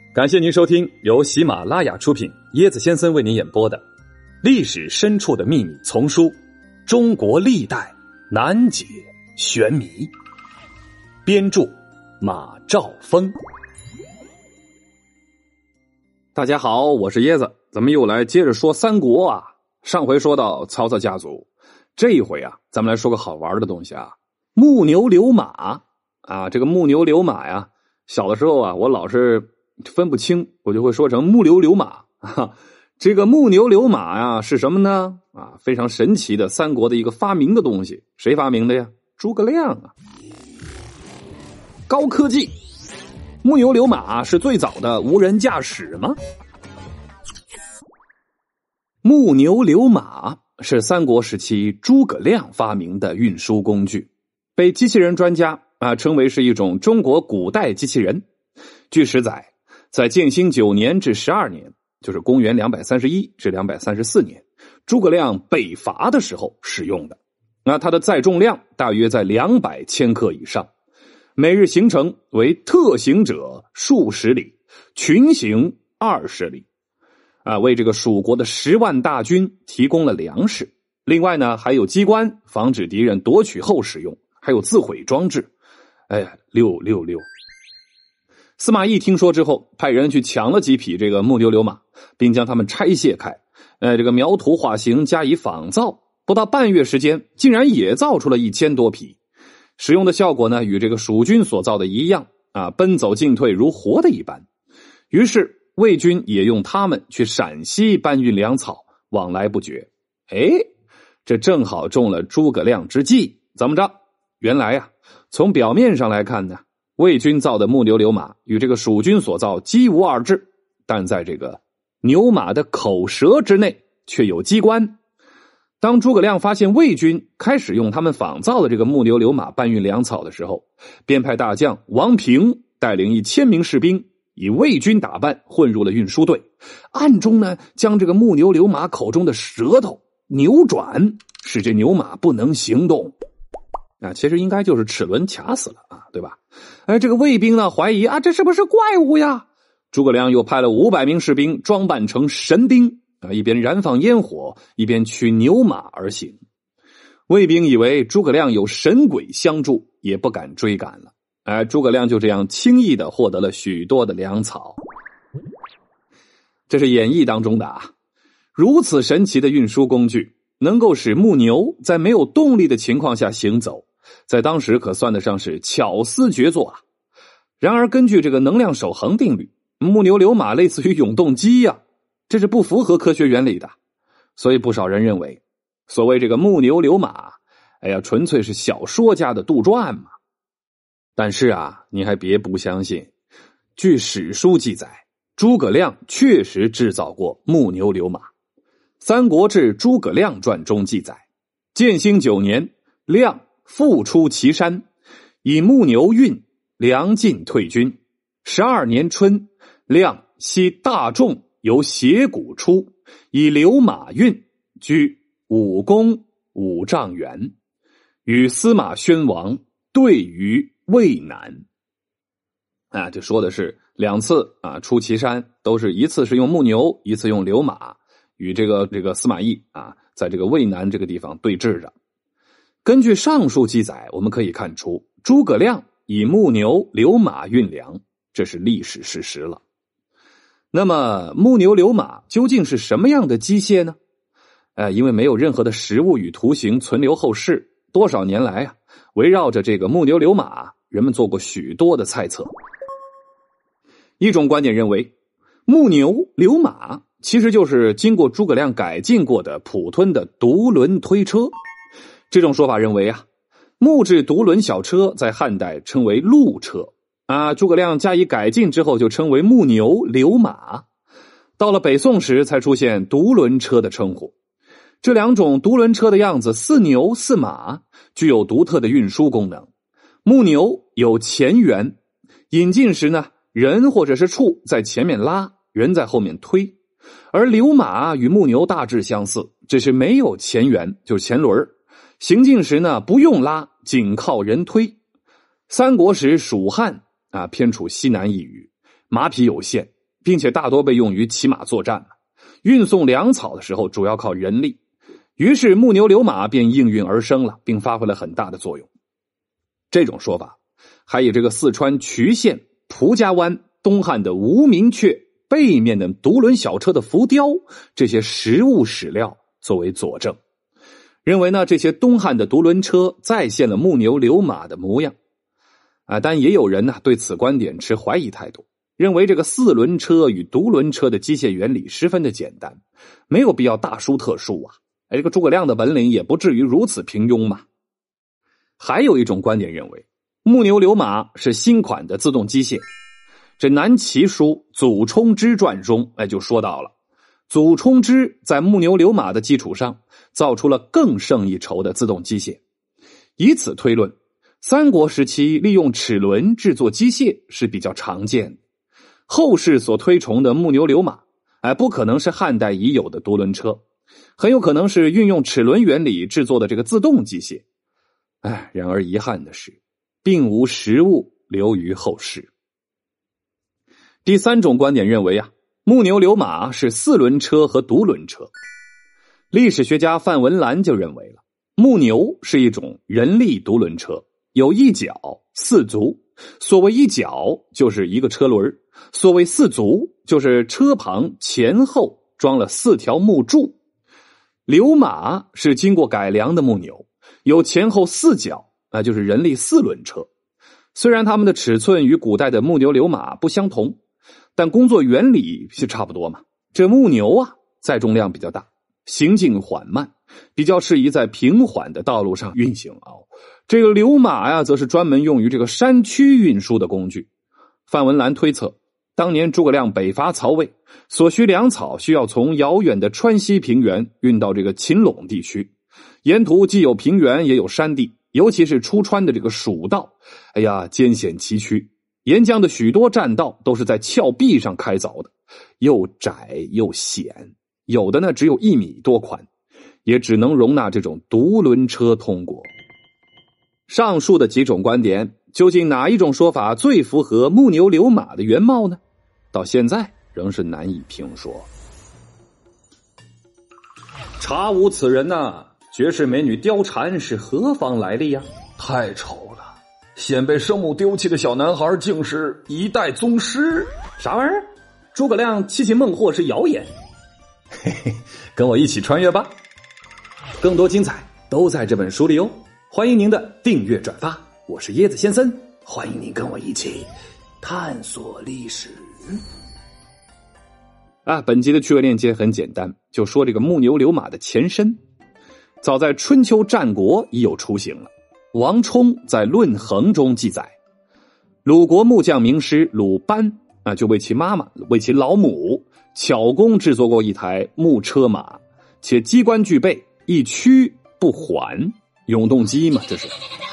感谢您收听由喜马拉雅出品，椰子先生为您演播的《历史深处的秘密》丛书《中国历代难解玄谜》，编著马兆峰。大家好，我是椰子，咱们又来接着说三国啊。上回说到曹操家族，这一回啊，咱们来说个好玩的东西啊，木牛流马啊。这个木牛流马呀，小的时候啊，我老是分不清，我就会说成木牛流马。这个木牛流马呀是什么呢？啊，非常神奇的三国的一个发明的东西。谁发明的呀？诸葛亮啊。高科技，木牛流马是最早的无人驾驶吗？木牛流马是三国时期诸葛亮发明的运输工具，被机器人专家称为是一种中国古代机器人。据史载，在建兴9年至12年，就是公元231至234年，诸葛亮北伐的时候使用的。那它的载重量大约在200千克以上，每日行程为特行者数十里，群行20里。为这个蜀国的10万大军提供了粮食。另外呢，还有机关防止敌人夺取后使用，还有自毁装置。666。司马懿听说之后，派人去抢了几匹这个木牛流马，并将它们拆卸开，这个描图画形加以仿造，不到半月时间，竟然也造出了1000多匹。使用的效果呢，与这个蜀军所造的一样奔走进退如活的一般。于是魏军也用它们去陕西搬运粮草，往来不绝。这正好中了诸葛亮之计。怎么着？原来啊，从表面上来看呢，魏军造的木牛流马与这个蜀军所造几无二致，但在这个牛马的口舌之内却有机关。当诸葛亮发现魏军开始用他们仿造的这个木牛流马搬运粮草的时候，便派大将王平带领1000名士兵，以魏军打扮混入了运输队，暗中呢将这个木牛流马口中的舌头扭转，使这牛马不能行动。其实应该就是齿轮卡死了对吧？这个魏兵呢怀疑这是不是怪物呀？诸葛亮又派了500名士兵装扮成神兵一边燃放烟火，一边驱牛马而行。魏兵以为诸葛亮有神鬼相助，也不敢追赶了。诸葛亮就这样轻易的获得了许多的粮草。这是演义当中的如此神奇的运输工具，能够使木牛在没有动力的情况下行走，在当时可算得上是巧思绝作然而根据这个能量守恒定律，木牛流马类似于永动机这是不符合科学原理的。所以不少人认为，所谓这个木牛流马纯粹是小说家的杜撰嘛。但是你还别不相信，据史书记载，诸葛亮确实制造过木牛流马。《三国志·诸葛亮传》中记载，建兴9年，亮复出祁山，以木牛运粮尽退军。12年春，亮悉大众由斜谷出，以流马运，居武功5丈远，与司马宣王对于渭南。这说的是2次出祁山，都是一次是用木牛，一次用流马，与这个司马懿在这个渭南这个地方对峙着。根据上述记载，我们可以看出诸葛亮以木牛流马运粮，这是历史事实了。那么木牛流马究竟是什么样的机械呢？因为没有任何的实物与图形存留后世，多少年来围绕着这个木牛流马，人们做过许多的猜测。一种观点认为，木牛流马其实就是经过诸葛亮改进过的普通的独轮推车。这种说法认为木质独轮小车在汉代称为路车诸葛亮加以改进之后就称为木牛流马。到了北宋时才出现独轮车的称呼。这2种独轮车的样子似牛似马，具有独特的运输功能。木牛有前缘，引进时呢，人或者是畜在前面拉，人在后面推。而流马与木牛大致相似，只是没有前缘，就是前轮。行进时呢，不用拉，仅靠人推。三国时蜀汉偏处西南一隅，马匹有限， 并且大多被用于骑马作战，运送粮草的时候主要靠人力，于是木牛流马便应运而生了，并发挥了很大的作用。这种说法还以这个四川渠县蒲家湾东汉的无名阙背面的独轮小车的浮雕这些实物史料作为佐证，认为呢这些东汉的独轮车再现了木牛流马的模样。但也有人呢对此观点持怀疑态度，认为这个四轮车与独轮车的机械原理十分的简单，没有必要大书特书啊。这个诸葛亮的本领也不至于如此平庸嘛。还有一种观点认为，木牛流马是新款的自动机械。这南齐书祖冲之传中就说到了，祖冲之在木牛流马的基础上造出了更胜一筹的自动机械，以此推论，三国时期利用齿轮制作机械是比较常见的。后世所推崇的木牛流马不可能是汉代已有的独轮车，很有可能是运用齿轮原理制作的这个自动机械。然而遗憾的是，并无实物留于后世。第三种观点认为木牛流马是四轮车和独轮车。历史学家范文澜就认为了，木牛是一种人力独轮车，有一脚四足，所谓一脚就是一个车轮，所谓四足就是车旁前后装了4条木柱。流马是经过改良的木牛，有前后4脚，那就是人力4轮车。虽然它们的尺寸与古代的木牛流马不相同，但工作原理是差不多嘛。这木牛载重量比较大，行进缓慢，比较适宜在平缓的道路上运行。这个流马则是专门用于这个山区运输的工具。范文澜推测，当年诸葛亮北伐曹魏，所需粮草需要从遥远的川西平原运到这个秦陇地区，沿途既有平原也有山地，尤其是出川的这个蜀道，艰险崎岖。沿江的许多栈道都是在峭壁上开凿的，又窄又险，有的呢只有1米多宽，也只能容纳这种独轮车通过。上述的几种观点，究竟哪一种说法最符合木牛流马的原貌呢？到现在仍是难以评说。查无此人绝世美女貂蝉是何方来历呀？ 太丑了，先被生母丢弃的小男孩竟是一代宗师。 啥玩意儿？诸葛亮七擒孟获是谣言。嘿嘿，跟我一起穿越吧，更多精彩都在这本书里哦。欢迎您的订阅转发，我是椰子先生， 欢迎您跟我一起探索历史。 本集的趣味链接很简单，就说这个木牛流马的前身，早在春秋战国已有雏形了。王充在《论衡》中记载，鲁国木匠名师鲁班就为其妈妈、为其老母巧工制作过一台木车马，且机关具备，一驱不缓，永动机嘛，这是